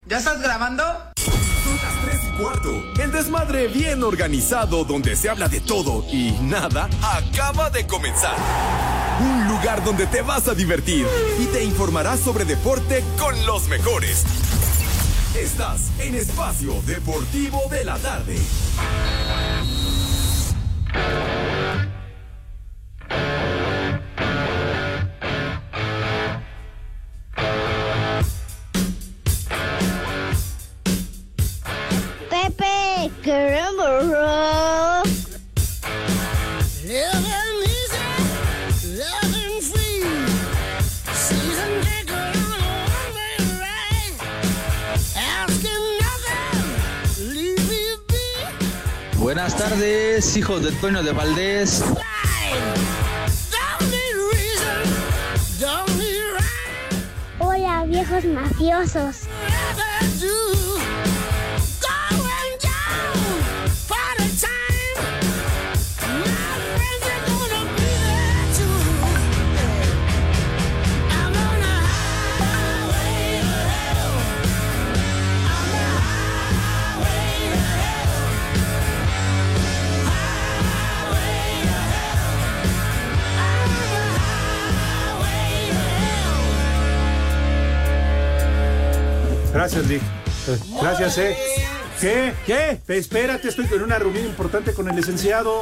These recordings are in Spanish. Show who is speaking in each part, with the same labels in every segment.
Speaker 1: ¿Ya estás grabando?
Speaker 2: Son las 3:15. El desmadre bien organizado donde se habla de todo y nada acaba de comenzar. Un lugar donde te vas a divertir y te informarás sobre deporte con los mejores. Estás en Espacio Deportivo de la Tarde.
Speaker 3: Pepe, queremos rock.
Speaker 4: Living easy, living free. Season ticket on a one-way ride. Asking nothing, leave me be.
Speaker 5: Buenas tardes, hijos de Toño de Valdés.
Speaker 4: Don't need reason, don't need rhyme.
Speaker 3: Hola, viejos mafiosos.
Speaker 4: Never do. Going down, party time. My friends are gonna be there too. I'm on a highway to hell. On the highway to hell. Highway to hell. I'm on the highway to hell.
Speaker 6: Gracias, Rick. Gracias, ¿Qué? Espérate, estoy en una reunión importante con el licenciado.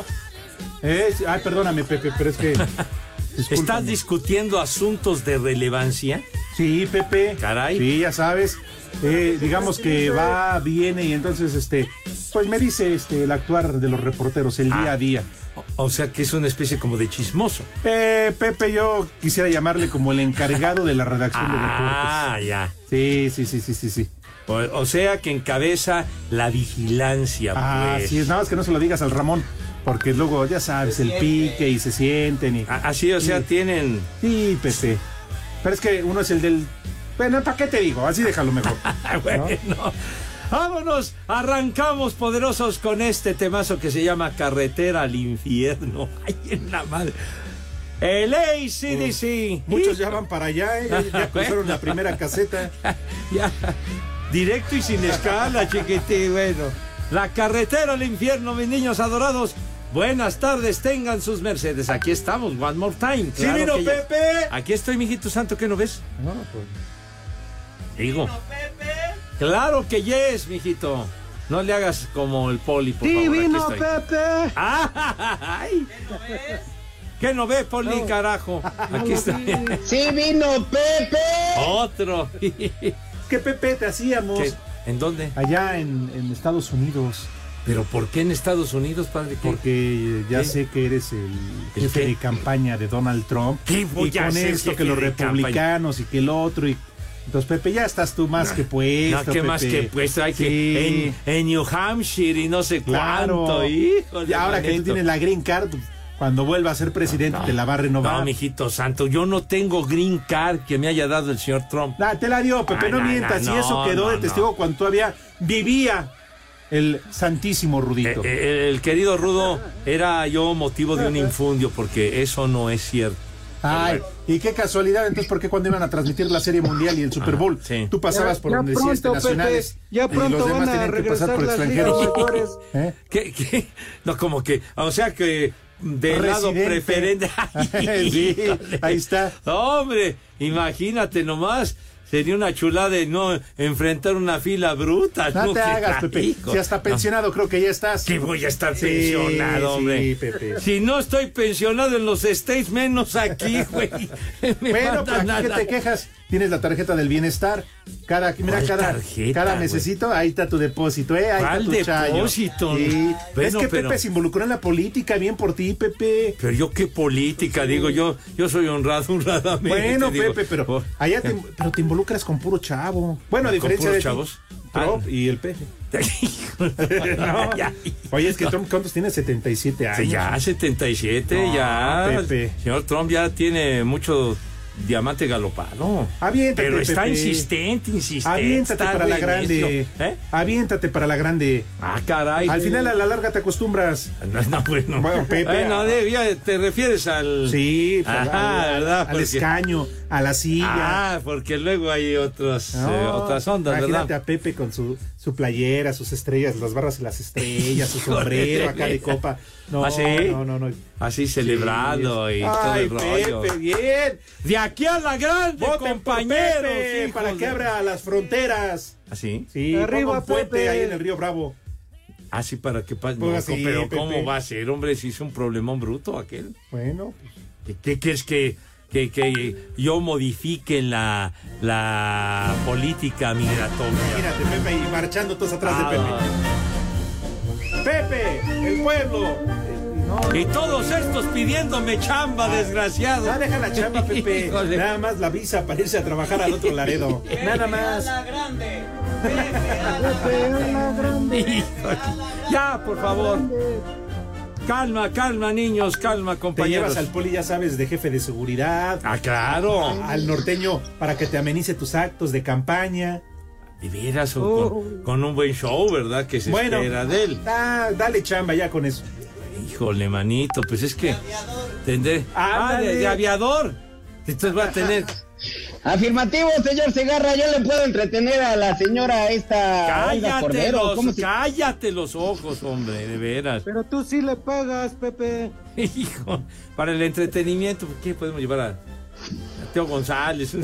Speaker 6: Ay, perdóname, Pepe, pero es que... discúlpame.
Speaker 7: ¿Estás discutiendo asuntos de relevancia?
Speaker 6: Sí, Pepe.
Speaker 7: Caray.
Speaker 6: Sí, ya sabes. Digamos que va, viene y entonces, pues me dice el actuar de los reporteros, el día a día.
Speaker 7: O sea que es una especie como de chismoso.
Speaker 6: Pepe, yo quisiera llamarle como el encargado de la redacción de reportes.
Speaker 7: Ah, ya.
Speaker 6: Sí.
Speaker 7: O sea que encabeza la vigilancia. Pues.
Speaker 6: Sí, nada más que no se lo digas al Ramón, porque luego, ya sabes, el pique y se sienten y...
Speaker 7: Así, o sea, tienen...
Speaker 6: Sí, Pepe. Pero es que uno es el del... Bueno, ¿para qué te digo? Así déjalo mejor.
Speaker 7: Bueno, vámonos, arrancamos poderosos con este temazo que se llama Carretera al Infierno. Ay, en la madre. El AC/DC.
Speaker 6: Muchos ya van para allá, ya cruzaron la primera caseta.
Speaker 7: Ya, directo y sin escala, chiquitín. Bueno, la carretera al infierno, mis niños adorados. Buenas tardes, tengan sus mercedes. Aquí estamos, one more time.
Speaker 6: ¡Sí vino Pepe!
Speaker 7: Aquí estoy, mijito santo, ¿qué no ves?
Speaker 6: No, pues...
Speaker 7: Digo. Claro que yes, mijito. No le hagas como el Poli, por favor.
Speaker 6: ¡Sí vino
Speaker 7: Aquí estoy.
Speaker 6: Pepe!
Speaker 7: ¡Ay! ¿Qué no ve, Poli, carajo? Aquí está.
Speaker 8: ¡Sí vino Pepe!
Speaker 7: Otro.
Speaker 6: ¿Qué, Pepe, te hacíamos?
Speaker 7: ¿Qué? ¿En dónde?
Speaker 6: Allá en Estados Unidos.
Speaker 7: ¿Pero por qué en Estados Unidos, padre? ¿Qué?
Speaker 6: Porque ya
Speaker 7: ¿Qué?
Speaker 6: sé que eres el jefe
Speaker 7: qué?
Speaker 6: de campaña de Donald Trump.
Speaker 7: ¿Qué voy
Speaker 6: y
Speaker 7: a
Speaker 6: con
Speaker 7: ser
Speaker 6: esto
Speaker 7: jefe
Speaker 6: que los
Speaker 7: de
Speaker 6: republicanos y que el otro y... Entonces, Pepe, ya estás tú más que puesto,
Speaker 7: No, ¿qué
Speaker 6: Pepe?
Speaker 7: más que puesto? Hay
Speaker 6: Sí.
Speaker 7: que en New Hampshire y no sé
Speaker 6: Claro.
Speaker 7: cuánto, hijo de
Speaker 6: Y ahora que tú
Speaker 7: manito.
Speaker 6: tienes la green card, cuando vuelva a ser presidente te la va a renovar.
Speaker 7: No, mijito santo, yo no tengo green card que me haya dado el señor Trump.
Speaker 6: Te la dio, Pepe, no mientas. Y eso quedó de testigo cuando todavía vivía el santísimo Rudito.
Speaker 7: El querido Rudo era yo motivo de un infundio, porque eso no es cierto.
Speaker 6: Ay, y qué casualidad, entonces, ¿por qué cuando iban a transmitir la Serie Mundial y el Super Bowl,
Speaker 7: sí,
Speaker 6: tú pasabas por donde decía nacionales,
Speaker 8: Pepe, ya pronto
Speaker 6: y los demás
Speaker 8: van a
Speaker 6: tenían que pasar
Speaker 8: regresar
Speaker 6: por
Speaker 8: las
Speaker 6: extranjeros?
Speaker 8: ligas
Speaker 7: ¿Qué? No, como que, o sea que del lado preferente.
Speaker 6: Sí, ahí está.
Speaker 7: Hombre, imagínate nomás. Sería una chulada de no enfrentar una fila bruta.
Speaker 6: No te hagas, Pepe.
Speaker 7: Hijo.
Speaker 6: Si hasta pensionado creo que ya estás.
Speaker 7: Que voy a estar pensionado, hombre.
Speaker 6: Sí, Pepe.
Speaker 7: Si no estoy pensionado en los States, menos aquí, güey.
Speaker 6: Bueno, pues aquí que te quejas. Tienes la tarjeta del bienestar. Cada
Speaker 7: tarjeta,
Speaker 6: mesecito, ahí está tu depósito, Ahí
Speaker 7: ¿Cuál
Speaker 6: está tu chayo.
Speaker 7: depósito?
Speaker 6: Sí.
Speaker 7: Bueno,
Speaker 6: es que
Speaker 7: pero...
Speaker 6: Pepe se involucró en la política, bien por ti, Pepe.
Speaker 7: Pero yo qué política, digo, yo soy honradamente.
Speaker 6: Bueno,
Speaker 7: digo,
Speaker 6: Pepe, pero allá te involucras con puro chavo. Bueno, a diferencia de
Speaker 7: chavos.
Speaker 6: Trump y el Pepe. No. Oye, es que Trump, ¿cuántos tiene? 77 años.
Speaker 7: Sí, ya, 77,
Speaker 6: No,
Speaker 7: ya.
Speaker 6: Pepe.
Speaker 7: Señor Trump ya tiene mucho diamante galopado.
Speaker 6: Aviéntate,
Speaker 7: pero está
Speaker 6: Pepe.
Speaker 7: insistente.
Speaker 6: Aviéntate
Speaker 7: está
Speaker 6: para la
Speaker 7: renecio.
Speaker 6: grande. Aviéntate para la grande.
Speaker 7: Ah, caray.
Speaker 6: Al final, a la larga te acostumbras.
Speaker 7: No, bueno.
Speaker 6: Bueno, Pepe.
Speaker 7: Ya te refieres al...
Speaker 6: Sí,
Speaker 7: Ajá, ¿verdad?
Speaker 6: al escaño. a la silla.
Speaker 7: Ah, porque luego hay otras ondas,
Speaker 6: imagínate
Speaker 7: ¿verdad?
Speaker 6: a Pepe con su playera, sus estrellas, las barras y las estrellas, su sombrero acá de copa. No,
Speaker 7: ¿Ah, sí?
Speaker 6: no.
Speaker 7: Así celebrado y todo
Speaker 6: Ay,
Speaker 7: el rollo.
Speaker 6: Pepe, bien.
Speaker 7: De aquí a la grande,
Speaker 6: Voten por
Speaker 7: compañeros.
Speaker 6: Pepe,
Speaker 7: hijos
Speaker 6: para
Speaker 7: de-
Speaker 6: que abra las fronteras.
Speaker 7: ¿Ah, sí?
Speaker 6: Sí,
Speaker 8: Arriba,
Speaker 6: ponga un puente
Speaker 8: Pepe.
Speaker 6: ahí en el río Bravo.
Speaker 7: Ah, sí, para que pase.
Speaker 6: Pues
Speaker 7: No,
Speaker 6: así,
Speaker 7: pero
Speaker 6: Pepe.
Speaker 7: ¿cómo va a ser, hombre? Si es un problemón bruto aquel.
Speaker 6: Bueno, pues,
Speaker 7: ¿Qué quieres que yo modifique la política migratoria?
Speaker 6: imagínate, Pepe, y marchando todos atrás de
Speaker 7: Ah,
Speaker 6: Pepe. Pepe, el pueblo. No,
Speaker 7: y todos estos pidiéndome chamba, desgraciado.
Speaker 6: no, deja la chamba, Pepe.
Speaker 7: Híjole.
Speaker 6: Nada más la visa para irse a trabajar al otro Laredo. Nada más.
Speaker 7: Híjole. Ya, por favor. Calma, niños, calma,
Speaker 6: Te
Speaker 7: compañeros.
Speaker 6: llevas al poli, ya sabes, de jefe de seguridad.
Speaker 7: Ah, claro.
Speaker 6: Al norteño para que te amenice tus actos de campaña.
Speaker 7: De veras, con un buen show, ¿verdad? Que se
Speaker 6: Bueno,
Speaker 7: espera de él.
Speaker 6: dale chamba ya con eso.
Speaker 7: Híjole, manito, pues es que tendré.
Speaker 6: Ándale.
Speaker 7: De aviador. Entonces va a tener.
Speaker 8: Afirmativo, señor Segarra, yo le puedo entretener a la señora esta Olga Cordero. ¿Cómo se...
Speaker 7: Cállate los ojos, hombre, de veras.
Speaker 1: Pero tú sí le pagas, Pepe.
Speaker 7: Hijo, para el entretenimiento, ¿qué podemos llevar a Teo González?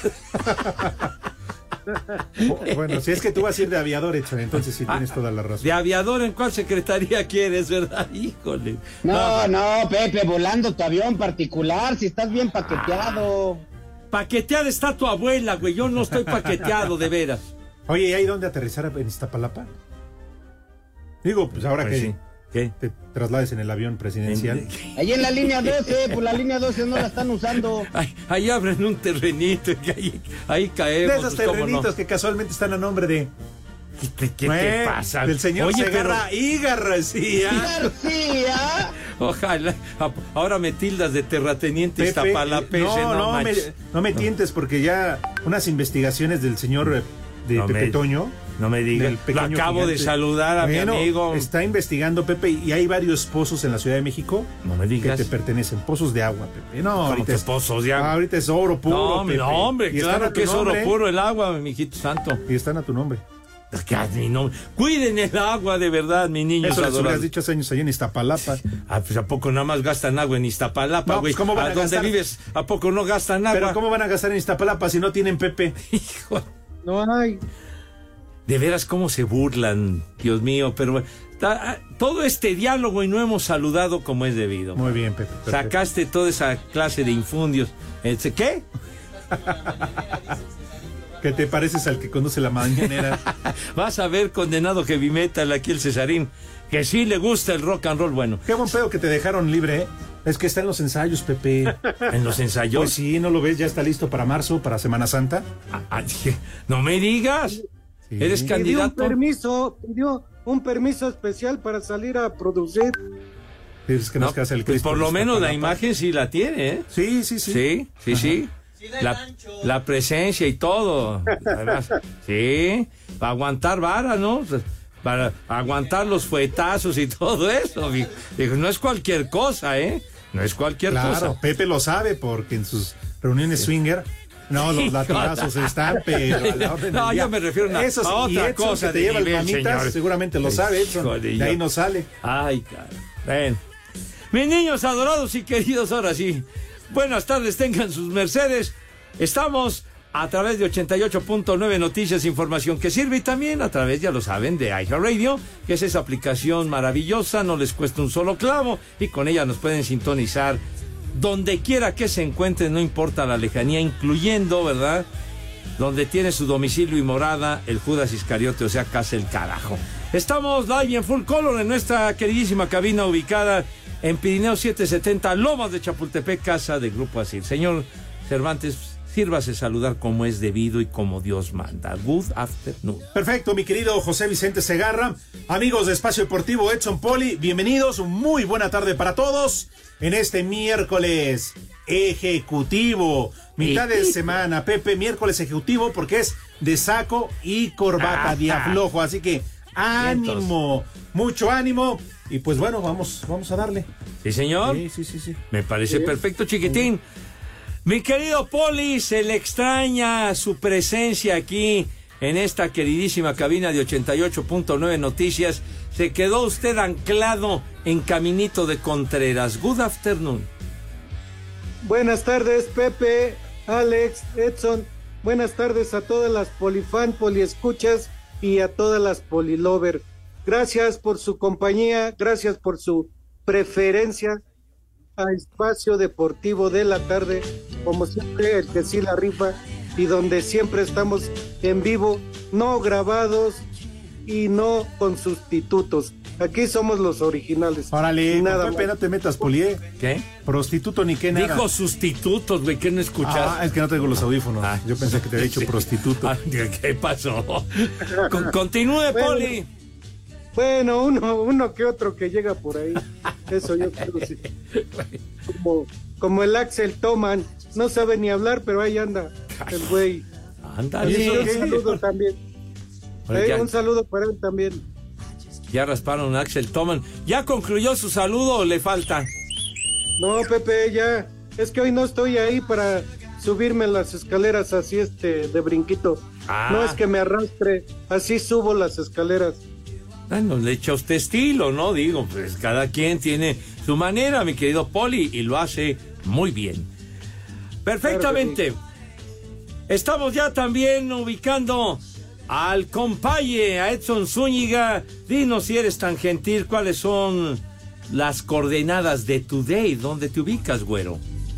Speaker 6: Bueno, si es que tú vas a ir de aviador, Edson, entonces sí tienes toda la razón.
Speaker 7: ¿De aviador en cuál secretaría quieres, verdad? Híjole.
Speaker 8: No, Pepe, volando tu avión particular, si estás bien paqueteado.
Speaker 7: Paqueteada está tu abuela, güey. Yo no estoy paqueteado, de veras.
Speaker 6: Oye, ¿y hay dónde aterrizar en Iztapalapa? Digo, pues ahora
Speaker 7: Pues
Speaker 6: que
Speaker 7: sí. ¿Qué?
Speaker 6: te traslades en el avión presidencial.
Speaker 8: Ahí en la línea 12, pues la línea 12 no la están usando.
Speaker 7: Ahí abren un terrenito y ahí caemos.
Speaker 6: De esos
Speaker 7: pues, ¿cómo no?
Speaker 6: terrenitos que casualmente están a nombre de...
Speaker 7: ¿Qué te pasa?
Speaker 6: Del señor
Speaker 7: Oye,
Speaker 6: Segarra y García.
Speaker 8: García.
Speaker 7: Ojalá. Ahora me tildas de terrateniente
Speaker 6: Pepe,
Speaker 7: iztapalapense, manches.
Speaker 6: no me tientes porque ya unas investigaciones del señor de
Speaker 7: No
Speaker 6: Pepe
Speaker 7: me-
Speaker 6: Toño.
Speaker 7: No me digas.
Speaker 6: del
Speaker 7: Lo
Speaker 6: pequeño
Speaker 7: acabo de
Speaker 6: gigante.
Speaker 7: saludar a
Speaker 6: Bueno,
Speaker 7: mi amigo.
Speaker 6: Está investigando, Pepe, y hay varios pozos en la Ciudad de México
Speaker 7: No me
Speaker 6: que
Speaker 7: digas.
Speaker 6: te pertenecen. Pozos de agua, Pepe. No,
Speaker 7: ¿Cómo
Speaker 6: ahorita
Speaker 7: que pozos de agua?
Speaker 6: Ahorita es oro puro,
Speaker 7: No,
Speaker 6: Pepe.
Speaker 7: no, hombre,
Speaker 6: Y están
Speaker 7: claro
Speaker 6: a tu
Speaker 7: que es oro
Speaker 6: nombre,
Speaker 7: puro el agua, mijito santo.
Speaker 6: Y están a tu nombre.
Speaker 7: ¿Qué hace mi nombre? Cuiden el agua, de verdad, mi niño.
Speaker 6: Eso les hubieras dicho hace años allá en Iztapalapa.
Speaker 7: Ah, pues ¿a poco nada más gastan agua en Iztapalapa,
Speaker 6: No,
Speaker 7: güey?
Speaker 6: pues, ¿cómo van a
Speaker 7: dónde
Speaker 6: gastar?
Speaker 7: vives? ¿A poco no gastan agua?
Speaker 6: Pero ¿cómo van a gastar en Iztapalapa si no tienen Pepe?
Speaker 7: Hijo,
Speaker 1: No hay.
Speaker 7: de veras, cómo se burlan, Dios mío, pero bueno, todo este diálogo y no hemos saludado como es debido.
Speaker 6: Muy bien, Pepe. perfecto.
Speaker 7: Sacaste toda esa clase de infundios. ¿Qué?
Speaker 6: Que te pareces al que conduce la mañanera.
Speaker 7: Vas a ver, condenado heavy metal aquí el Cesarín, que sí le gusta el rock and roll. Bueno,
Speaker 6: Qué buen pedo que te dejaron libre, ¿eh? Es que está en los ensayos, Pepe.
Speaker 7: en los ensayos.
Speaker 6: Pues sí, ¿no lo ves? Ya está listo para marzo, para Semana Santa.
Speaker 7: No me digas. ¿Eres
Speaker 1: Pidió
Speaker 7: candidato?
Speaker 1: pidió un permiso especial para salir a producir.
Speaker 6: Es que nos queda el
Speaker 7: pues
Speaker 6: Cristo
Speaker 7: por
Speaker 6: de
Speaker 7: lo menos la
Speaker 6: Iztapalapa.
Speaker 7: imagen sí la tiene, ¿eh?
Speaker 6: Sí.
Speaker 7: Sí. La presencia y todo. ¿Verdad? Sí. Para aguantar vara, ¿no? Para aguantar los fuetazos y todo eso. Digo, no es cualquier cosa, ¿eh? No es cualquier
Speaker 6: Claro,
Speaker 7: cosa.
Speaker 6: Pepe lo sabe porque en sus reuniones swinger, no, los latigazos están, pero a la orden del
Speaker 7: No,
Speaker 6: día.
Speaker 7: yo me refiero
Speaker 6: Eso sí,
Speaker 7: a
Speaker 6: y
Speaker 7: otra
Speaker 6: Edson,
Speaker 7: cosa
Speaker 6: que te
Speaker 7: de
Speaker 6: lleva el
Speaker 7: nivel,
Speaker 6: mamitas,
Speaker 7: señor.
Speaker 6: seguramente lo sabe, Edson.
Speaker 7: Híjole,
Speaker 6: De ahí
Speaker 7: yo-
Speaker 6: no sale.
Speaker 7: Ay, cara. Ven. Mis niños adorados y queridos, ahora sí. Buenas tardes, tengan sus mercedes. Estamos a través de 88.9 Noticias, información que sirve, y también a través, ya lo saben, de iHeartRadio, que es esa aplicación maravillosa, no les cuesta un solo clavo, y con ella nos pueden sintonizar donde quiera que se encuentren, no importa la lejanía, incluyendo, ¿verdad?, donde tiene su domicilio y morada el Judas Iscariote, o sea, casa el carajo. Estamos live y en full color en nuestra queridísima cabina ubicada en Pirineo 770, Lomas de Chapultepec, casa del Grupo Asir. Señor Cervantes, sírvase saludar como es debido y como Dios manda. Good afternoon.
Speaker 6: Perfecto, mi querido José Vicente Segarra. Amigos de Espacio Deportivo Edson Poli, bienvenidos. Muy buena tarde para todos en este miércoles ejecutivo. Mitad de semana, Pepe, miércoles ejecutivo porque es de saco y corbata, de aflojo. Así que ánimo, mucho ánimo. Y pues bueno, vamos a darle.
Speaker 7: ¿Sí, señor?
Speaker 6: Sí.
Speaker 7: Me parece perfecto, chiquitín. Mi querido Poli, se le extraña su presencia aquí en esta queridísima cabina de 88.9 Noticias. Se quedó usted anclado en Caminito de Contreras. Good afternoon.
Speaker 1: Buenas tardes, Pepe, Alex, Edson. Buenas tardes a todas las polifan, poliescuchas y a todas las polilover. Gracias por su compañía, gracias por su preferencia a Espacio Deportivo de la Tarde, como siempre el que sí la rifa y donde siempre estamos en vivo, no grabados y no con sustitutos. Aquí somos los originales.
Speaker 6: Órale,
Speaker 1: nada
Speaker 6: Pepe,
Speaker 1: más.
Speaker 6: no te metas, Poli, ¿eh?
Speaker 7: ¿Qué?
Speaker 6: Prostituto ni qué nada.
Speaker 7: Dijo sustitutos, güey, ¿qué no escuchas?
Speaker 6: Es que no traigo los audífonos. Yo pensé que te había dicho prostituto.
Speaker 7: ¿Qué pasó? Continúe, Poli.
Speaker 1: Bueno, uno que otro que llega por ahí. Eso yo creo que sí. Como el Axel Toman. No sabe ni hablar, pero ahí anda el güey.
Speaker 7: Ándale.
Speaker 1: Un saludo también. Un saludo para él también.
Speaker 7: Ya rasparon a Axel Toman. ¿Ya concluyó su saludo o le falta?
Speaker 1: No, Pepe, ya. Es que hoy no estoy ahí para subirme las escaleras así de brinquito. No es que me arrastre, así subo las escaleras.
Speaker 7: Bueno, le echa usted estilo, ¿no? Digo, pues cada quien tiene su manera, mi querido Poli, y lo hace muy bien. Perfectamente.
Speaker 1: Claro que sí.
Speaker 7: Estamos ya también ubicando al compaye, a Edson Zúñiga. Dinos, si eres tan gentil, ¿cuáles son las coordenadas de Today? ¿Dónde te ubicas, güero?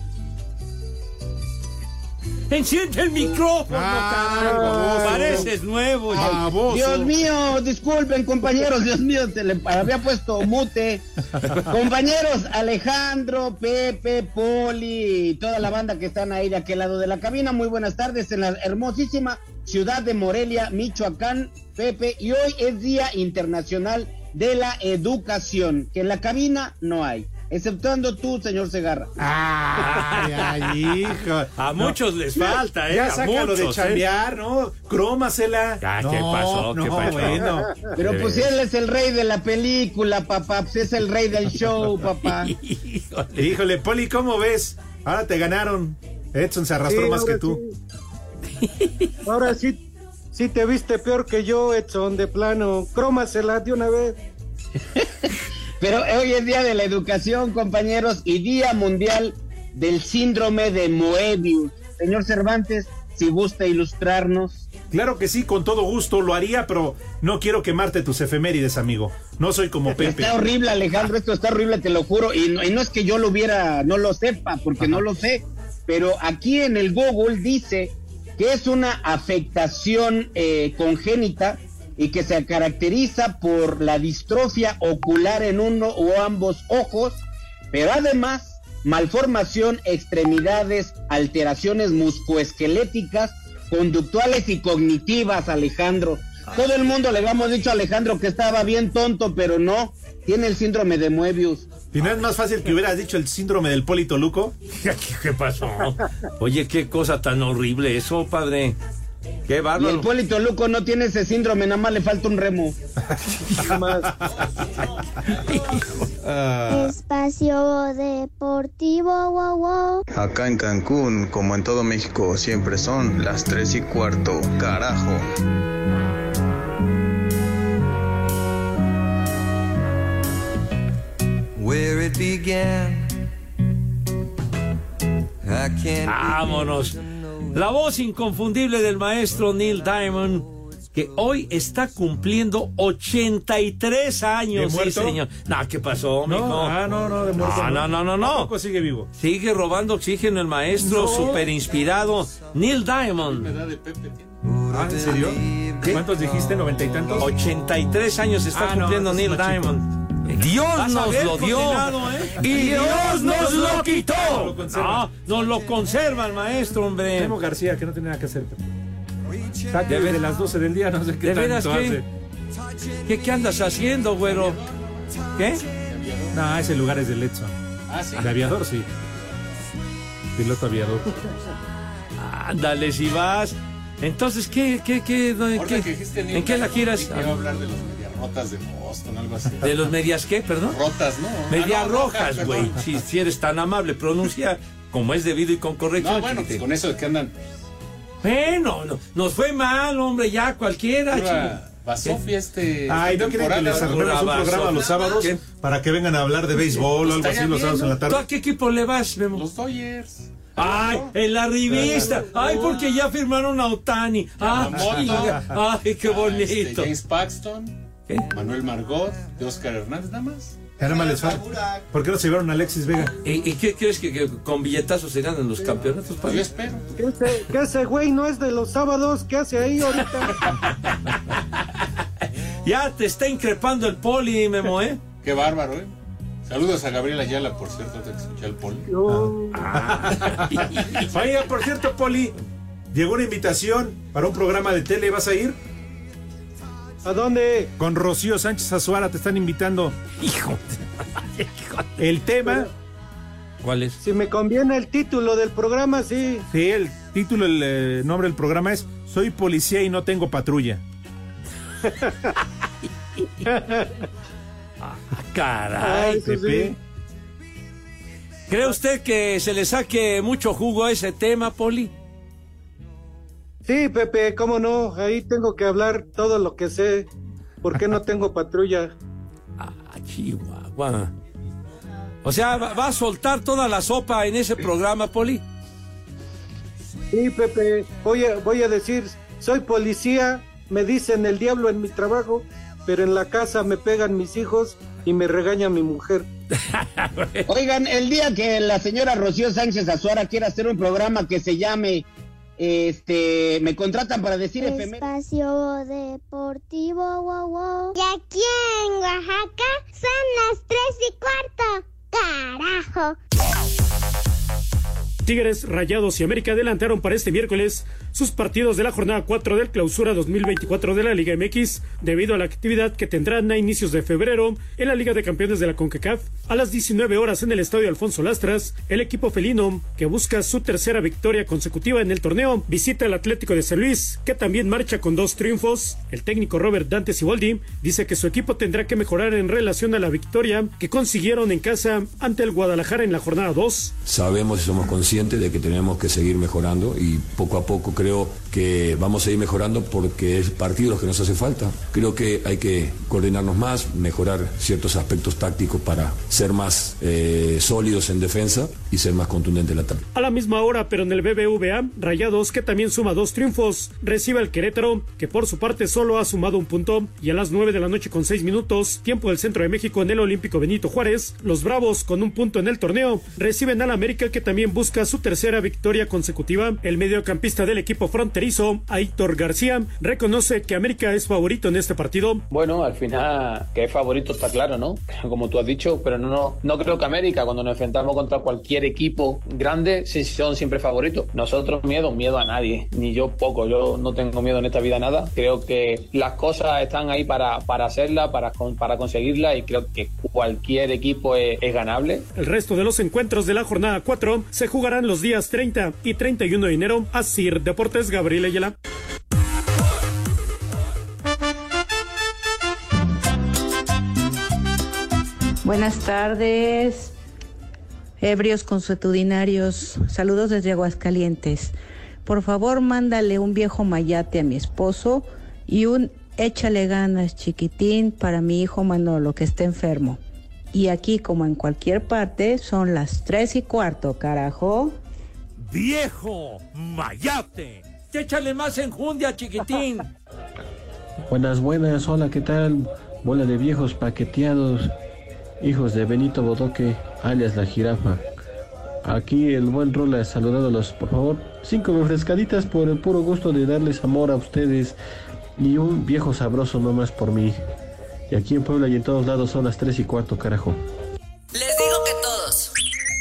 Speaker 7: ¡Enciende el micrófono, carajo! Pareces nuevo.
Speaker 8: Dios mío, disculpen, compañeros. Dios mío, se le había puesto mute. Compañeros, Alejandro, Pepe, Poli y toda la banda que están ahí de aquel lado de la cabina. Muy buenas tardes en la hermosísima ciudad de Morelia, Michoacán, Pepe. Y hoy es Día Internacional de la Educación, que en la cabina no hay. Exceptuando tú, señor Segarra.
Speaker 6: Ay, hijo.
Speaker 7: A muchos les falta,
Speaker 6: Ya
Speaker 7: a
Speaker 6: sácalo
Speaker 7: muchos,
Speaker 6: de chambear, ¿no? Crómasela.
Speaker 7: ¿Qué pasó? ¿Qué pasó?
Speaker 6: Bueno.
Speaker 8: Pero pues él es el rey de la película, papá. Pues es el rey del show, papá.
Speaker 6: Híjole, Poli, ¿cómo ves? Ahora te ganaron. Edson se arrastró más que tú.
Speaker 1: Sí. Ahora sí te viste peor que yo, Edson, de plano. Crómasela de una vez.
Speaker 8: Pero hoy es Día de la Educación, compañeros, y Día Mundial del Síndrome de Moebius. Señor Cervantes, si gusta ilustrarnos.
Speaker 6: Claro que sí, con todo gusto lo haría, pero no quiero quemarte tus efemérides, amigo. No soy como Pepe.
Speaker 8: Está horrible, Alejandro, esto está horrible, te lo juro. Y no es que yo no lo sepa, porque no lo sé. Pero aquí en el Google dice que es una afectación congénita y que se caracteriza por la distrofia ocular en uno o ambos ojos, pero además malformación, extremidades, alteraciones musculoesqueléticas, conductuales y cognitivas, Alejandro. Todo el mundo le habíamos dicho a Alejandro que estaba bien tonto, pero no, tiene el síndrome de Moebius.
Speaker 6: ¿Y no es más fácil que hubieras dicho el síndrome del Polito Luco?
Speaker 7: ¿Qué pasó? Oye, qué cosa tan horrible eso, padre. Qué bárbaro.
Speaker 8: Y el Polito Luco no tiene ese síndrome, nada más le falta un remo.
Speaker 3: Espacio Deportivo, wow, wow.
Speaker 5: Acá en Cancún, como en todo México, siempre son las 3:15, carajo.
Speaker 9: Where it began, I can't.
Speaker 7: Vámonos. La voz inconfundible del maestro Neil Diamond, que hoy está cumpliendo 83 años.
Speaker 6: ¿De muerto?
Speaker 7: Sí, señor. No, ¿qué pasó, mijo?
Speaker 6: No, de muerto.
Speaker 7: No.
Speaker 6: Tampoco sigue vivo.
Speaker 7: Sigue robando oxígeno el maestro, súper inspirado. Neil Diamond.
Speaker 6: ¿En serio? ¿Cuántos dijiste? ¿90 y tantos?
Speaker 7: 83 años está cumpliendo Neil Diamond. Dios nos lo dio y Dios nos lo quitó. Nos lo conserva el maestro, hombre.
Speaker 6: Memo García, que no tiene nada que hacer. Está desde las 12 del día, no sé qué
Speaker 7: ¿De veras
Speaker 6: tanto
Speaker 7: qué?
Speaker 6: hace.
Speaker 7: ¿Qué andas haciendo, güero? ¿Qué?
Speaker 6: No, ese lugar es de Edson.
Speaker 9: ¿Sí?
Speaker 6: De aviador, sí. Piloto aviador.
Speaker 7: Ándale, si vas. Entonces, ¿en qué la quieras?
Speaker 10: Quiero hablar de los mediarrotas de Boston, algo así.
Speaker 7: ¿De los medias qué, perdón?
Speaker 10: Rotas, ¿no?
Speaker 7: Medias rojas,
Speaker 10: perdón.
Speaker 7: güey. Si eres tan amable, pronuncia como es debido y con corrección.
Speaker 10: No, bueno, pues
Speaker 7: Chiquitín.
Speaker 10: con eso de que andan.
Speaker 7: Bueno, nos fue mal, hombre, ya cualquiera.
Speaker 10: Basofia
Speaker 6: Ay, ¿no quieren que les arreglemos un programa los sábados para que vengan a hablar de béisbol o algo así los sábados en la
Speaker 7: ¿Tú
Speaker 6: tarde?
Speaker 7: a qué equipo le vas, Memo?
Speaker 10: Los Dodgers.
Speaker 7: Ay, en la revista. Ay, porque ya firmaron a Otani. Ay, qué bonito.
Speaker 10: James Paxton, Manuel Margot, de Oscar Hernández, nada más.
Speaker 6: Ya nada más les falta. ¿Por qué no se llevaron a Alexis Vega?
Speaker 7: ¿Y qué crees que con billetazos se ganan los campeonatos?
Speaker 10: Yo espero.
Speaker 1: ¿Qué ese güey no es de los sábados? ¿Qué hace ahí ahorita?
Speaker 7: Ya te está increpando el Poli, Memo, ¿eh?
Speaker 10: Qué bárbaro, ¿eh? Saludos a Gabriela Ayala, por cierto, te escuché al Poli.
Speaker 6: Oiga, por cierto, Poli, llegó una invitación para un programa de tele, ¿vas a ir?
Speaker 1: ¿A dónde?
Speaker 6: Con Rocío Sánchez Azuara te están invitando.
Speaker 7: Hijo.
Speaker 6: El tema.
Speaker 7: ¿Cuál es?
Speaker 1: Si me conviene el título del programa, sí.
Speaker 6: Sí, el título, el nombre del programa es Soy policía y no tengo patrulla.
Speaker 7: Caray,
Speaker 6: Pepe.
Speaker 7: ¿Cree usted que se le saque mucho jugo a ese tema, Poli?
Speaker 1: Sí, Pepe, cómo no. Ahí tengo que hablar todo lo que sé. ¿Por qué no tengo patrulla?
Speaker 7: Chihuahua. O sea, ¿va a soltar toda la sopa en ese programa, Poli?
Speaker 1: Sí, Pepe. Voy a decir, soy policía, me dicen el diablo en mi trabajo, pero en la casa me pegan mis hijos y me regaña mi mujer.
Speaker 8: Oigan, el día que la señora Rocío Sánchez Azuara quiera hacer un programa que se llame me contratan para decir
Speaker 3: Espacio Deportivo, wow. Y aquí en Oaxaca son las 3:15. ¡Carajo!
Speaker 11: Tigres, Rayados y América adelantaron para este miércoles sus partidos de la jornada 4 del Clausura 2024 de la Liga MX, debido a la actividad que tendrán a inicios de febrero en la Liga de Campeones de la CONCACAF. A las 19 horas en el Estadio Alfonso Lastras, el equipo felino, que busca su tercera victoria consecutiva en el torneo, visita al Atlético de San Luis, que también marcha con 2 triunfos. El técnico Robert Dante Siboldi dice que su equipo tendrá que mejorar en relación a la victoria que consiguieron en casa ante el Guadalajara en la jornada 2.
Speaker 12: Sabemos y somos conscientes de que tenemos que seguir mejorando y poco a poco creo que vamos a ir mejorando porque es partido lo que nos hace falta. Creo que hay que coordinarnos más, mejorar ciertos aspectos tácticos para ser más sólidos en defensa y ser más contundente en el ataque.
Speaker 11: A la misma hora, pero en el BBVA, Rayados, que también suma 2 triunfos, recibe al Querétaro, que por su parte solo ha sumado 1 punto, y a las 9 de la noche con 6 minutos, tiempo del Centro de México en el Olímpico Benito Juárez, los Bravos, con 1 punto en el torneo, reciben al América, que también busca su tercera victoria consecutiva. El mediocampista del equipo fronterizo, Aitor García, reconoce que América es favorito en este partido.
Speaker 13: Bueno, al final que es favorito está claro, ¿no? Como tú has dicho, pero no creo que América, cuando nos enfrentamos contra cualquier equipo grande, sí son siempre favoritos. Nosotros miedo a nadie, ni yo poco, yo no tengo miedo en esta vida a nada. Creo que las cosas están ahí para hacerlas, para conseguirlas, y creo que cualquier equipo es ganable.
Speaker 11: El resto de los encuentros de la jornada 4 se jugarán los días 30 y 31 de enero. Asir Deportes, Gabriel Ayala.
Speaker 14: Buenas tardes, ebrios consuetudinarios. Saludos desde Aguascalientes. Por favor, mándale un viejo mayate a mi esposo y un échale ganas, chiquitín, para mi hijo Manolo, que está enfermo. Y aquí, como en cualquier parte, son las 3:15, carajo.
Speaker 7: ¡Viejo mayate! ¡Échale más enjundia, chiquitín!
Speaker 15: Buenas, hola, ¿qué tal? Bola de viejos paqueteados, hijos de Benito Bodoque, alias La Jirafa. Aquí el buen Rola saludándolos, por favor. 5 refrescaditas por el puro gusto de darles amor a ustedes y un viejo sabroso nomás por mí. Y aquí en Puebla y en todos lados son las 3:15, carajo.
Speaker 16: Les digo que todos.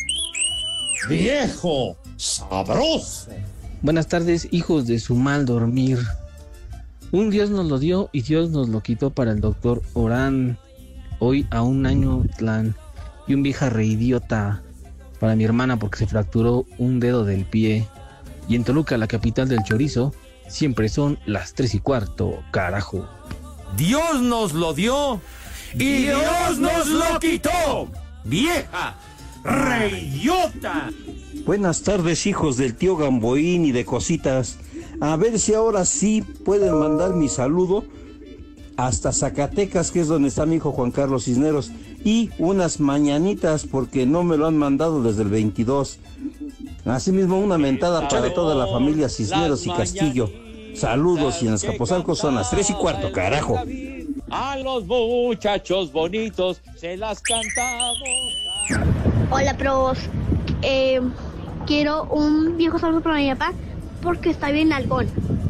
Speaker 17: ¡Viejo sabroso!
Speaker 18: Buenas tardes, hijos de su mal dormir. Un Dios nos lo dio y Dios nos lo quitó para el doctor Orán. Hoy a 1 año Tlán. Y un vieja reidiota para mi hermana porque se fracturó un dedo del pie. Y en Toluca, la capital del chorizo, siempre son las 3:15, carajo.
Speaker 7: Dios nos lo dio y Dios nos lo quitó. Vieja reidiota.
Speaker 19: Buenas tardes, hijos del tío Gamboín y de cositas. A ver si ahora sí pueden mandar mi saludo hasta Zacatecas, que es donde está mi hijo Juan Carlos Cisneros, y unas mañanitas porque no me lo han mandado desde el 22. Asimismo, una mentada para toda la familia Cisneros y Castillo. Saludos, y en Azcapotzalco son las 3:15, carajo.
Speaker 20: A los muchachos bonitos se las cantamos.
Speaker 3: Hola, probos. Quiero un viejo saludo para mi papá porque está bien algón.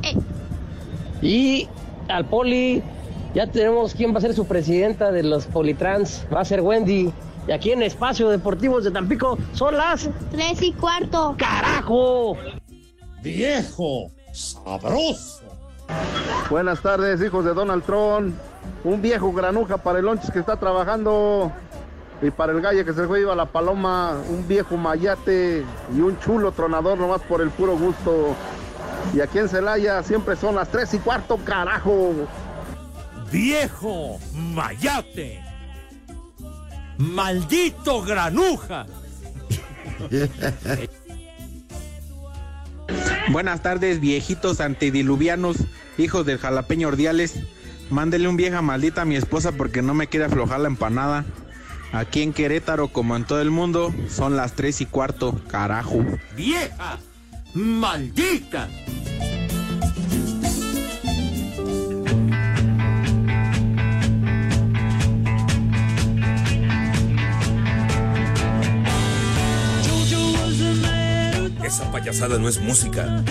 Speaker 21: Y al Poli, ya tenemos quién va a ser su presidenta de los Politrans. Va a ser Wendy. Y aquí en Espacio Deportivos de Tampico son las
Speaker 3: 3:15.
Speaker 21: ¡Carajo!
Speaker 17: ¡Viejo sabroso!
Speaker 22: Buenas tardes, hijos de Donald Trump. Un viejo granuja para el Lonches que está trabajando. Y para el Galle que se fue, iba a la Paloma. Un viejo mayate y un chulo tronador nomás por el puro gusto. Y aquí en Celaya siempre son las 3:15, carajo.
Speaker 7: ¡Viejo mayate! ¡Maldito granuja!
Speaker 23: Buenas tardes, viejitos antediluvianos, hijos del jalapeño Ordiales. Mándele un vieja maldita a mi esposa porque no me quiere aflojar la empanada. Aquí en Querétaro, como en todo el mundo, son las 3:15, carajo.
Speaker 7: ¡Vieja maldita!
Speaker 2: Esa payasada no es música.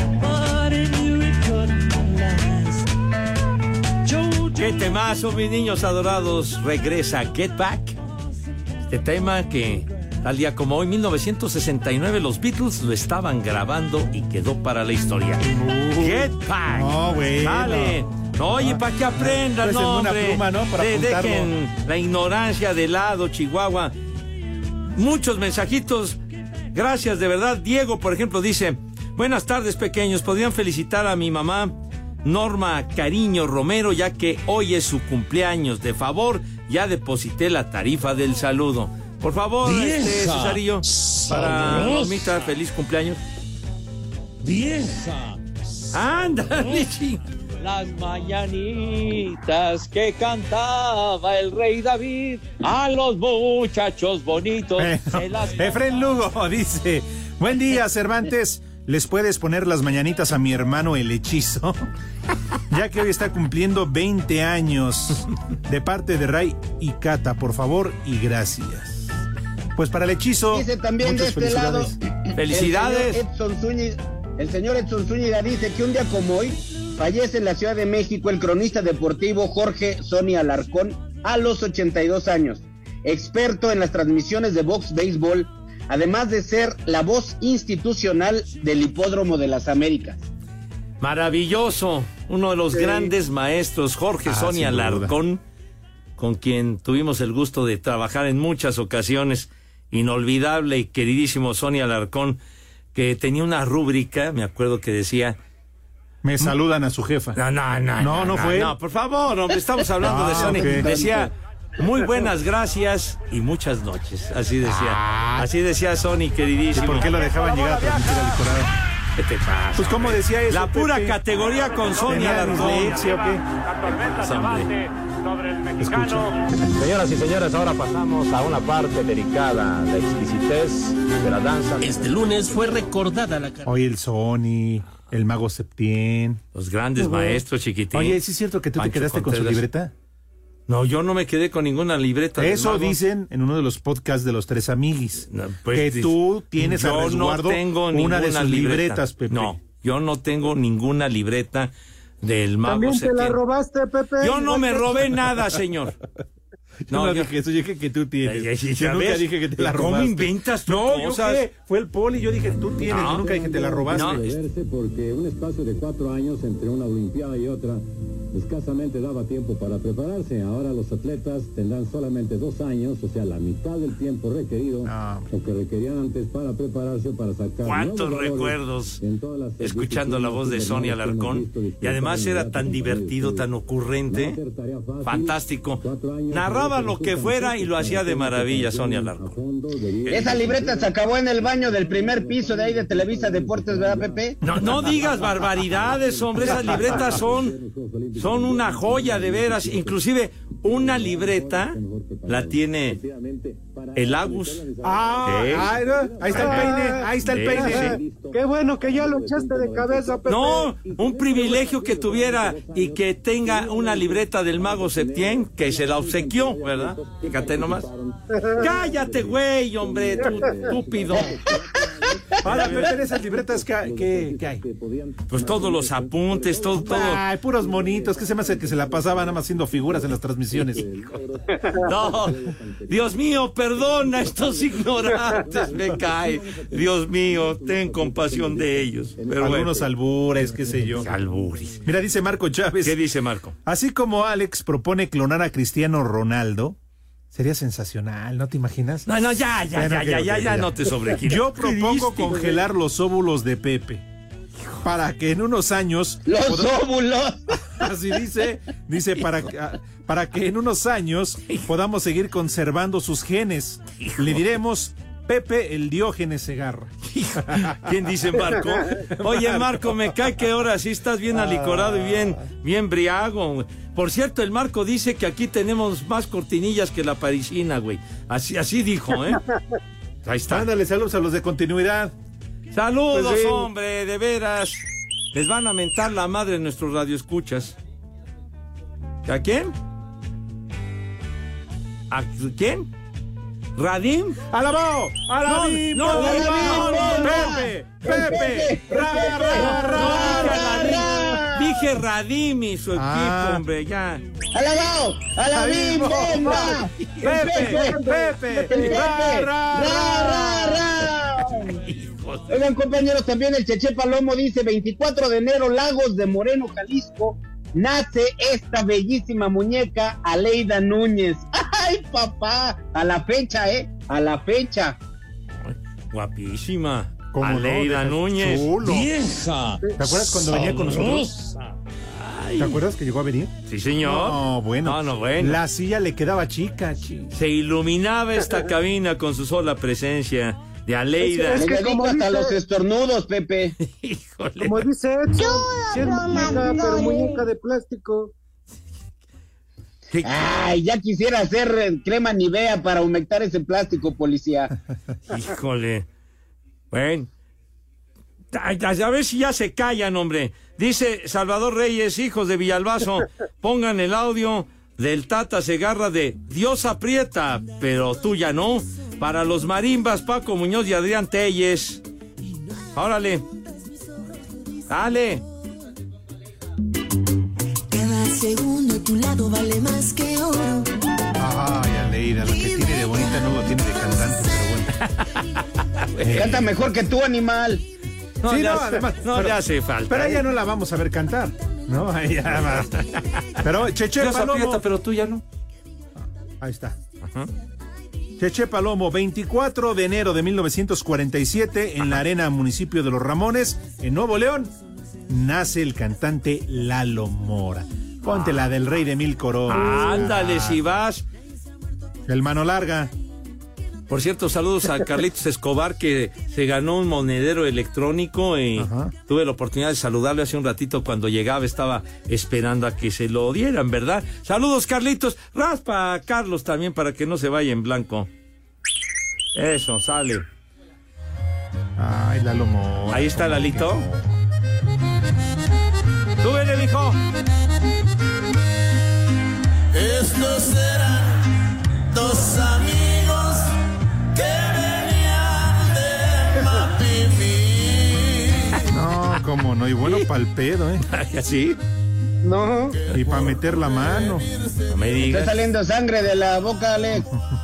Speaker 7: ¡Qué temazo, mis niños adorados! Regresa Get Back. Este tema que, tal día como hoy, 1969, los Beatles lo estaban grabando y quedó para la historia. Get Back.
Speaker 6: No, güey.
Speaker 7: Dale. No, oye, para que aprendan, no, hombre.
Speaker 6: Pluma, ¿no? Para
Speaker 7: dejen la ignorancia de lado, Chihuahua. Muchos mensajitos. Gracias, de verdad. Diego, por ejemplo, dice: buenas tardes, pequeños. ¿Podrían felicitar a mi mamá Norma Cariño Romero, ya que hoy es su cumpleaños? De favor, ya deposité la tarifa del saludo. Por favor, Cesarillo, para Normita, feliz cumpleaños.
Speaker 17: ¡Vieja!
Speaker 7: ¡Ándale,
Speaker 20: Las mañanitas que cantaba el rey David, a los muchachos bonitos se las
Speaker 6: Efren Lugo dice: buen día, Cervantes. ¿Les puedes poner las mañanitas a mi hermano el hechizo? Ya que hoy está cumpliendo 20 años. De parte de Ray y Cata, por favor y gracias. Pues para el hechizo,
Speaker 8: dice también de este lado,
Speaker 7: felicidades.
Speaker 8: El señor Edson Zúñiga dice que un día como hoy fallece en la Ciudad de México el cronista deportivo Jorge Sonia Alarcón a los 82 años. Experto en las transmisiones de box béisbol, además de ser la voz institucional del Hipódromo de las Américas.
Speaker 7: Maravilloso, uno de los grandes maestros, Jorge Sonia Alarcón, con quien tuvimos el gusto de trabajar en muchas ocasiones. Inolvidable y queridísimo Sonia Alarcón, que tenía una rúbrica, me acuerdo que decía:
Speaker 6: me saludan a su jefa.
Speaker 7: No fue. No, por favor, hombre, estamos hablando de Sonia.
Speaker 6: Okay.
Speaker 7: Decía: muy buenas gracias y muchas noches. Así decía. Así decía Sony, queridísimo.
Speaker 6: ¿Y por qué lo dejaban llegar a transmitir al Licorado?
Speaker 7: ¿Qué te pasa?
Speaker 6: Pues como decía eso,
Speaker 7: la pura
Speaker 6: Pepe,
Speaker 7: categoría con Sonia Alarcón.
Speaker 24: Señoras y señores, ahora pasamos a una parte delicada, la exquisitez de la danza.
Speaker 25: Este lunes fue recordada la...
Speaker 6: Hoy el Sony, el Mago Septién.
Speaker 7: Los grandes maestros, chiquitín.
Speaker 6: Oye, ¿sí es cierto que tú
Speaker 7: Pancho
Speaker 6: te quedaste
Speaker 7: Contreras
Speaker 6: con su libreta?
Speaker 7: No, yo no me quedé con ninguna libreta.
Speaker 6: Eso dicen en uno de los podcasts de los Tres Amiguis.
Speaker 7: No, pues,
Speaker 6: que tú tienes a resguardo una de sus libretas, Pepe.
Speaker 7: No, yo no tengo ninguna libreta del Mago
Speaker 1: ¿También
Speaker 7: Septién.
Speaker 1: te la robaste, Pepe?
Speaker 7: Yo no me robé nada, señor.
Speaker 6: No, dije eso, yo dije que tú tienes. Yo nunca dije que te la robaste.
Speaker 7: ¿Cómo inventas tú cosas?
Speaker 6: ¿Yo qué? Fue el Poli, yo dije tú tienes, yo nunca dije que te la robaste.
Speaker 26: No. Porque un espacio de 4 años entre una olimpiada y otra escasamente daba tiempo para prepararse. Ahora los atletas tendrán solamente 2 años, o sea, la mitad del tiempo requerido, o que requerían antes para prepararse, para sacar.
Speaker 7: ¿Cuántos recuerdos escuchando la voz de Sonia Alarcón? Y además era tan divertido, tan ocurrente, fantástico. Narraba agarraba lo que fuera y lo hacía de maravilla, Sonia Alarcón.
Speaker 8: Esa libreta se acabó en el baño del primer piso de ahí de Televisa Deportes, ¿verdad, Pepe?
Speaker 7: No digas barbaridades, hombre, esas libretas son una joya de veras, inclusive una libreta la tiene el Agus.
Speaker 6: Ahí está el peine.
Speaker 1: Qué bueno que ya lo echaste de cabeza, Pepe.
Speaker 7: No, un privilegio que tuviera y que tenga una libreta del Mago Septién, que se la obsequió, ¿verdad? Fíjate nomás. Cállate, güey, hombre, tú estúpido.
Speaker 6: Ahora, Pepe, en esas libretas, ¿qué hay?
Speaker 7: Pues todos los apuntes, todo.
Speaker 6: Ay, puros monitos, ¿qué se me hace que se la pasaban nada más haciendo figuras en las transmisiones?
Speaker 7: No, Dios mío, perdona a estos ignorantes, me cae. Dios mío, ten compasión de ellos. Pero
Speaker 6: algunos albures, qué sé yo.
Speaker 7: Albures.
Speaker 6: Mira, dice Marco Chávez.
Speaker 7: ¿Qué dice Marco?
Speaker 6: Así como Alex propone clonar a Cristiano Ronaldo, sería sensacional, ¿no te imaginas?
Speaker 7: No, ya, no te sobrequiero.
Speaker 6: Yo propongo congelar los óvulos de Pepe para que en unos años...
Speaker 8: ¡Los óvulos!
Speaker 6: Así dice para que en unos años podamos seguir conservando sus genes. Le diremos Pepe el Diógenes Segarra.
Speaker 7: ¿Quién dice Marco? Oye, Marco, me cae que ahora sí estás bien alicorado y bien briago. Por cierto, el Marco dice que aquí tenemos más cortinillas que la parisina, güey. Así dijo, ¿eh? Ahí está.
Speaker 6: Ándale, saludos a los de continuidad.
Speaker 7: Saludos, pues hombre, de veras. Les van a mentar la madre en nuestros radioescuchas. ¿A quién? ¿A quién? ¿Radim?
Speaker 6: ¡Alabao! ¡Alabim!
Speaker 7: ¡No!
Speaker 6: ¡Pepe!
Speaker 7: Dije Radim y su equipo, hombre, ya.
Speaker 8: ¡Alabao! ¡Alabim! ¡Venga!
Speaker 6: ¡Pepe!
Speaker 8: Oigan, compañeros, también el Cheche Palomo dice: 24 de enero, Lagos de Moreno, Jalisco, nace esta bellísima muñeca, Aleida Núñez. ¡Ay, papá! A la fecha, a la fecha.
Speaker 7: Guapísima. Aleida Núñez.
Speaker 6: Chulo.
Speaker 17: ¡Vieja!
Speaker 6: ¿Te acuerdas cuando venía con nosotros? ¿Te acuerdas que llegó a venir?
Speaker 7: Sí, señor.
Speaker 6: No, bueno. La silla le quedaba chica.
Speaker 7: Se iluminaba esta cabina con su sola presencia de Aleida.
Speaker 8: Es que como hasta los estornudos, Pepe.
Speaker 7: Híjole.
Speaker 1: Como dice Edson, si es muñeca, pero muñeca de plástico.
Speaker 8: Ay, ya quisiera hacer crema Nivea para humectar ese plástico, policía.
Speaker 7: Híjole. Bueno. A ver si ya se callan, hombre. Dice Salvador Reyes, hijos de Villalbazo, pongan el audio del Tata Segarra de Dios aprieta, pero tú ya no. Para los marimbas, Paco Muñoz y Adrián Telles. Órale. Dale.
Speaker 4: Cada segundo a tu lado vale más que oro.
Speaker 6: Ay, Aleida, lo que tiene de bonita no lo tiene de cantante, pero bueno.
Speaker 8: Canta mejor que tú, animal.
Speaker 7: No,
Speaker 6: sí,
Speaker 7: ya,
Speaker 6: no, además.
Speaker 7: No le hace falta.
Speaker 6: Pero ella no la vamos a ver cantar. No, ella va. Pero Cheche
Speaker 7: Dios
Speaker 6: Palomo.
Speaker 7: aprieta, pero tú ya no.
Speaker 6: Ahí está. Ajá. Cheche Palomo, 24 de enero de 1947, en la Arena Municipio de Los Ramones, en Nuevo León, nace el cantante Lalo Mora. Ponte la del Rey de Mil Coronas.
Speaker 7: Ándale, si vas.
Speaker 6: El Mano Larga.
Speaker 7: Por cierto, saludos a Carlitos Escobar, que se ganó un monedero electrónico y tuve la oportunidad de saludarle hace un ratito cuando llegaba, estaba esperando a que se lo dieran, ¿verdad? Saludos, Carlitos. Raspa a Carlos también para que no se vaya en blanco. Eso, sale.
Speaker 6: Ay, Lalo Mora.
Speaker 7: Ahí está Lalito. ¡Súbele, mijo!
Speaker 4: Estos serán dos amigos que venían de Mapimí.
Speaker 6: No, cómo no, y bueno pa'l pedo, ¿eh?
Speaker 7: ¿Así?
Speaker 1: No.
Speaker 6: Y para meter la mano.
Speaker 7: No me digas.
Speaker 8: Está saliendo sangre de la boca, Alex.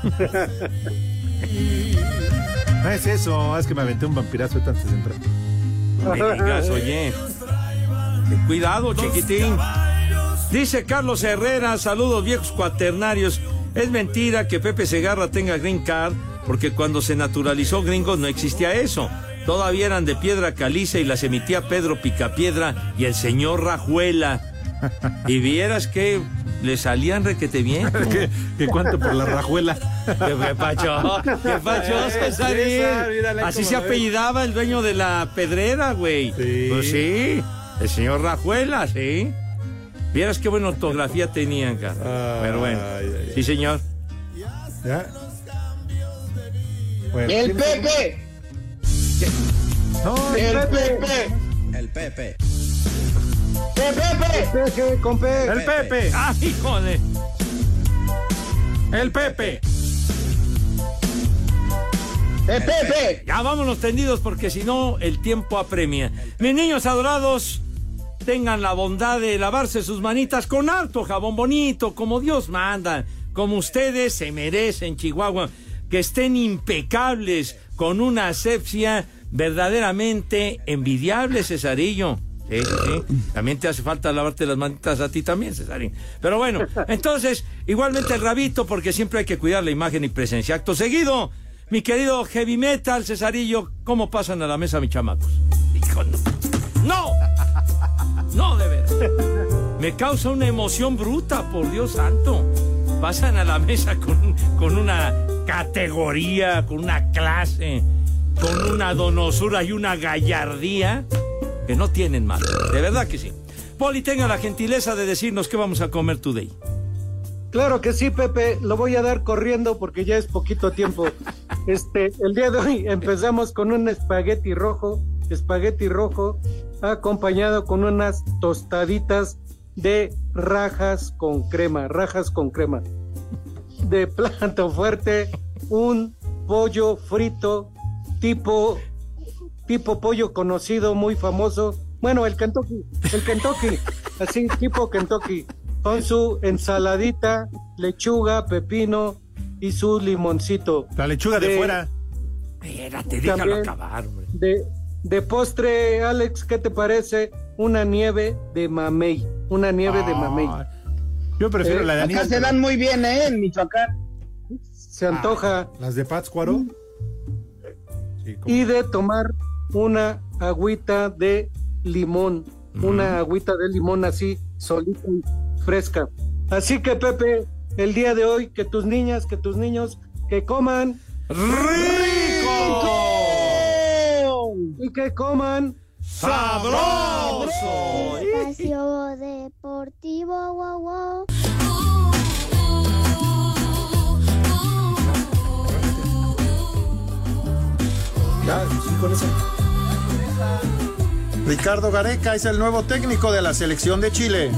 Speaker 6: No es eso, es que me aventé un vampirazo antes de entrar.
Speaker 7: No me digas, oye. Cuidado, chiquitín. Dice Carlos Herrera, saludos viejos cuaternarios. Es mentira que Pepe Segarra tenga green card, porque cuando se naturalizó gringo no existía eso. Todavía eran de piedra caliza y las emitía Pedro Picapiedra y el señor Rajuela. Y vieras que le salían requete bien.
Speaker 6: ¿Qué cuánto por la rajuela?
Speaker 7: ¿Qué pacho, Cesarín? Así se apellidaba el dueño de la pedrera, güey.
Speaker 6: Sí.
Speaker 7: Pues sí, el señor Rajuela, sí. Vieras qué buena ortografía tenían, cara. Pero bueno, sí, señor.
Speaker 6: ¿Ya? Bueno,
Speaker 8: ¡El Pepe!
Speaker 6: No,
Speaker 8: ¡El Pepe!
Speaker 2: El Pepe.
Speaker 8: ¡El Pepe!
Speaker 1: Con Pepe.
Speaker 6: El Pepe.
Speaker 7: ¡Ah, híjole!
Speaker 6: El Pepe.
Speaker 8: ¡El Pepe!
Speaker 7: Ya vámonos tendidos porque si no el tiempo apremia. Mis niños adorados, tengan la bondad de lavarse sus manitas con harto jabón bonito, como Dios manda, como ustedes se merecen, Chihuahua, que estén impecables, con una asepsia verdaderamente envidiable, Cesarillo. Sí. También te hace falta lavarte las manitas a ti también, Cesarín. Pero bueno, entonces, igualmente el rabito, porque siempre hay que cuidar la imagen y presencia. Acto seguido, mi querido Heavy Metal, Cesarillo, ¿cómo pasan a la mesa, mis chamacos? Hijo, ¡no! No, de veras. Me causa una emoción bruta, por Dios santo. Pasan a la mesa con una categoría, con una clase, con una donosura y una gallardía que no tienen mal. De verdad que sí. Poli, tenga la gentileza de decirnos qué vamos a comer today.
Speaker 1: Claro que sí, Pepe, lo voy a dar corriendo porque ya es poquito tiempo. El día de hoy empezamos con un espagueti rojo acompañado con unas tostaditas de rajas con crema. De plato fuerte, un pollo frito tipo pollo conocido, muy famoso. Bueno, el Kentucky, así tipo Kentucky, con su ensaladita, lechuga, pepino y su limoncito.
Speaker 6: La lechuga de fuera.
Speaker 7: Espérate, déjalo acabar, hombre.
Speaker 1: De postre, Alex, ¿qué te parece? Una nieve de mamey.
Speaker 6: Yo prefiero la de
Speaker 8: Acá
Speaker 6: anís.
Speaker 8: se dan muy bien, en Michoacán.
Speaker 1: Se antoja.
Speaker 6: Las de Pátzcuaro. Sí,
Speaker 1: y de tomar una agüita de limón. Una agüita de limón así, solita y fresca. Así que, Pepe, el día de hoy, que tus niñas, que tus niños, que coman
Speaker 7: ¡rico!
Speaker 1: Y que coman
Speaker 7: ¡sabroso!
Speaker 3: Espacio Deportivo, wow, wow.
Speaker 6: Ya, sí, con eso.
Speaker 5: Ricardo Gareca es el nuevo técnico de la selección de Chile.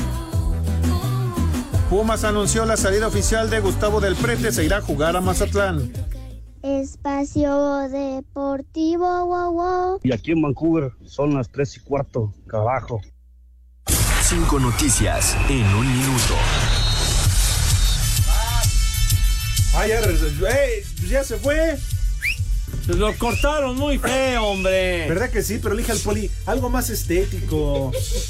Speaker 5: Pumas anunció la salida oficial de Gustavo del Prete, se irá a jugar a Mazatlán.
Speaker 3: Espacio Deportivo, wow, wow.
Speaker 9: Y aquí en Vancouver son las 3:15, carajo.
Speaker 2: 5 noticias en un minuto.
Speaker 6: Ya se fue.
Speaker 7: Lo cortaron muy feo, hombre.
Speaker 6: ¿Verdad que sí? Pero elige al Poli algo más estético.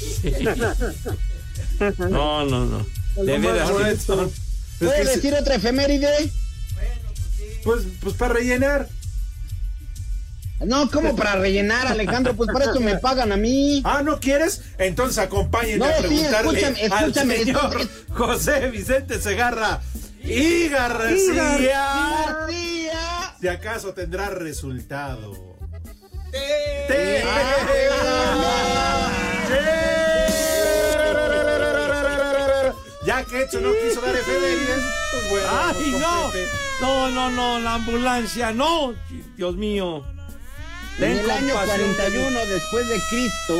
Speaker 7: No. De veras.
Speaker 8: ¿Puedes decir otra efeméride?
Speaker 6: Pues para rellenar.
Speaker 8: No, ¿cómo para rellenar, Alejandro? Pues para esto me pagan a mí.
Speaker 6: Ah, ¿no quieres? Entonces acompáñenme a preguntarle al señor José Vicente Segarra y García. Si acaso tendrá resultado. Ya que hecho no quiso dar efemérides, pues bueno.
Speaker 7: ¡Ay, no! La ambulancia, no. Dios mío.
Speaker 8: En el año 41 después de Cristo.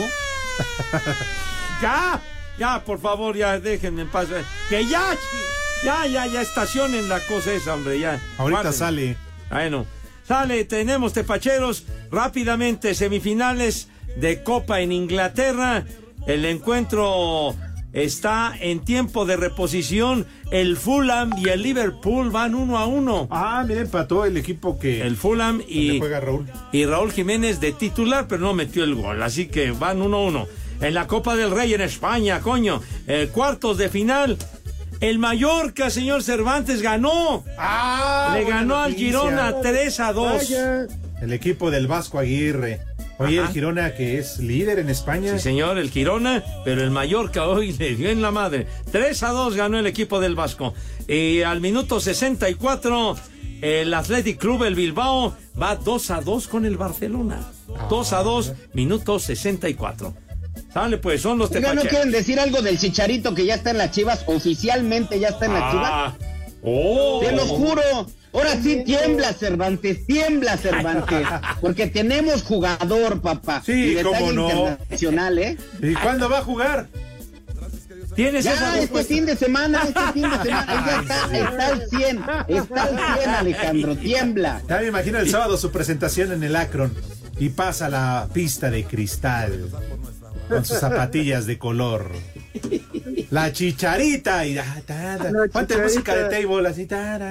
Speaker 7: Ya, por favor, ya déjenme en paz. Que ya estacionen la cosa esa, hombre, ya.
Speaker 6: Ahorita
Speaker 7: Guarden.
Speaker 6: sale.
Speaker 7: Bueno, tenemos tepacheros, rápidamente, semifinales de Copa en Inglaterra. El encuentro está en tiempo de reposición. El Fulham y el Liverpool van 1-1.
Speaker 6: Ah, mira, empató el equipo que...
Speaker 7: El Fulham y
Speaker 6: juega Raúl.
Speaker 7: Y Raúl Jiménez de titular, pero no metió el gol, así que van 1-1. En la Copa del Rey en España, cuartos de final... El Mallorca, señor Cervantes, ganó. Le ganó al Girona 3-2.
Speaker 6: El equipo del Vasco Aguirre. Oye, el Girona que es líder en España.
Speaker 7: Sí, señor, el Girona, pero el Mallorca hoy le dio en la madre. 3-2 ganó el equipo del Vasco. Al minuto 64, el Athletic Club, el Bilbao, va 2-2 con el Barcelona. 2-2, minuto 64. Sale pues, son los tepacheros.
Speaker 8: ¿No quieren decir algo del Chicharito que ya está en las Chivas? Oficialmente ya está en las Chivas. Te los juro. Ahora sí tiembla Cervantes, porque tenemos jugador, papá.
Speaker 6: Sí, cómo no.
Speaker 8: Internacional, ¿eh?
Speaker 6: ¿Y cuándo va a jugar?
Speaker 7: ¿Tienes
Speaker 8: ya, este fin de semana, ya está al 100, Alejandro, tiembla.
Speaker 6: Ya me imagino el sábado su presentación en el Akron y pasa la pista de cristal con sus zapatillas de color. La Chicharita y ¿cuánta música de table así?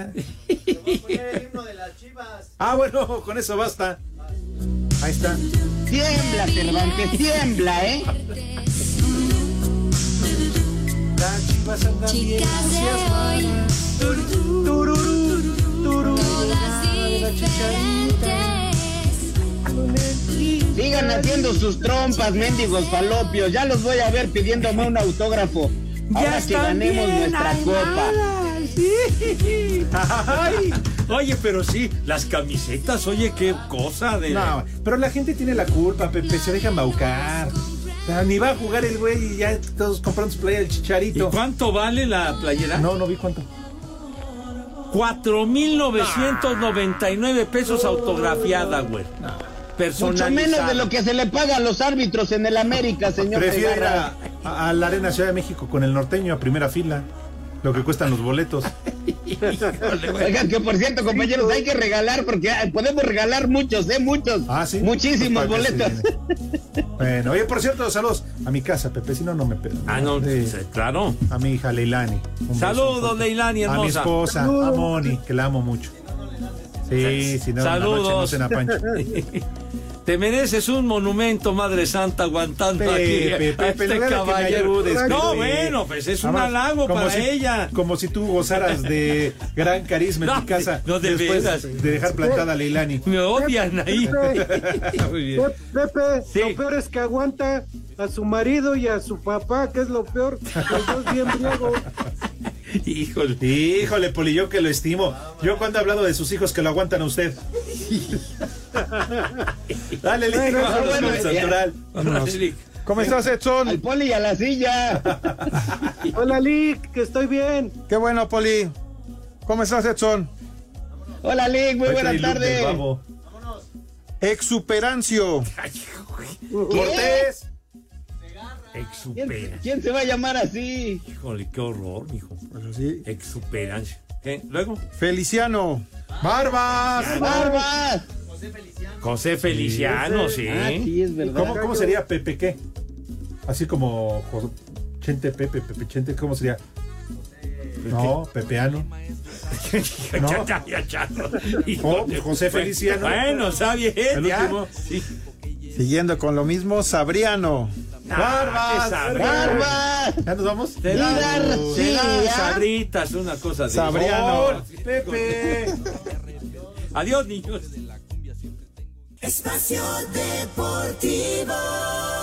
Speaker 6: Bueno, con eso basta. Ahí está.
Speaker 8: Tiembla, Cervantes, tiembla, ¿eh?
Speaker 6: Las Chivas andan bien
Speaker 8: Sigan haciendo sus trompas, mendigos falopios. Ya los voy a ver pidiéndome un autógrafo. Ahora que ganemos nuestra copa.
Speaker 7: Sí. Ay, oye, pero sí, las camisetas, oye, qué cosa de...
Speaker 6: No, pero la gente tiene la culpa, Pepe, se deja embaucar. O sea, ni va a jugar el güey y ya todos comprando su playera del Chicharito.
Speaker 7: ¿Y cuánto vale la playera?
Speaker 6: No vi cuánto.
Speaker 7: 4,999 pesos autografiada, güey.
Speaker 8: Mucho menos de lo que se le paga a los árbitros en el América, señor.
Speaker 6: Prefiero ir a la Arena Ciudad de México con el norteño a primera fila, lo que cuestan los boletos.
Speaker 8: Oigan, que por cierto, compañeros, hay que regalar, porque podemos regalar muchos, muchos.
Speaker 6: ¿Sí?
Speaker 8: Muchísimos boletos.
Speaker 6: Bueno, oye, por cierto, saludos a mi casa, Pepe, si no me pedo.
Speaker 7: No, claro.
Speaker 6: A mi hija Leilani.
Speaker 7: Saludos, Leilani, hermosa.
Speaker 6: A mi esposa, a Moni, que la amo mucho. Sí, si no,
Speaker 7: saludos.
Speaker 6: No Pancho.
Speaker 7: Te mereces un monumento, Madre Santa, aguantando aquí a este caballero. No, bueno, pues es un halago para ella.
Speaker 6: Como si tú gozaras de gran carisma en tu casa.
Speaker 7: No, de veras.
Speaker 6: De dejar plantada a Leilani.
Speaker 7: Me odian ahí.
Speaker 1: Muy bien. Pepe, lo peor es que aguanta a su marido y a su papá, que es lo peor. Los dos bien briagos.
Speaker 6: Híjole, Poli, yo que lo estimo. Yo cuando he hablado de sus hijos que lo aguantan a usted. Dale, Lick, vámonos.
Speaker 5: ¿Cómo estás, Edson?
Speaker 8: Al Poli y a la silla.
Speaker 1: Hola, Lick, que estoy bien.
Speaker 5: Qué bueno, Poli. ¿Cómo estás, Edson?
Speaker 8: Hola, Lick, muy buenas tardes.
Speaker 5: Exuperancio.
Speaker 6: Cortés.
Speaker 8: ¿Quién se va a llamar así?
Speaker 7: Híjole, qué horror, mijo. Sí. Exuperancia. ¿Qué? ¿Luego?
Speaker 5: Feliciano.
Speaker 6: ¡Barbas!
Speaker 7: José Feliciano, sí.
Speaker 8: Sí, es verdad.
Speaker 6: ¿Cómo sería Pepe qué? Así como Chente Pepe Chente, ¿cómo sería? No, Pepeano. No. José Feliciano.
Speaker 7: Bueno, está bien.
Speaker 6: El último.
Speaker 7: Sí.
Speaker 5: Siguiendo con lo mismo, Sabriano.
Speaker 6: ¡Barbas! ¿Ya nos vamos?
Speaker 7: Te dan sabritas, una cosa de...
Speaker 6: Sabriano. Pepe.
Speaker 7: Adiós, niños.
Speaker 4: Espacio Deportivo.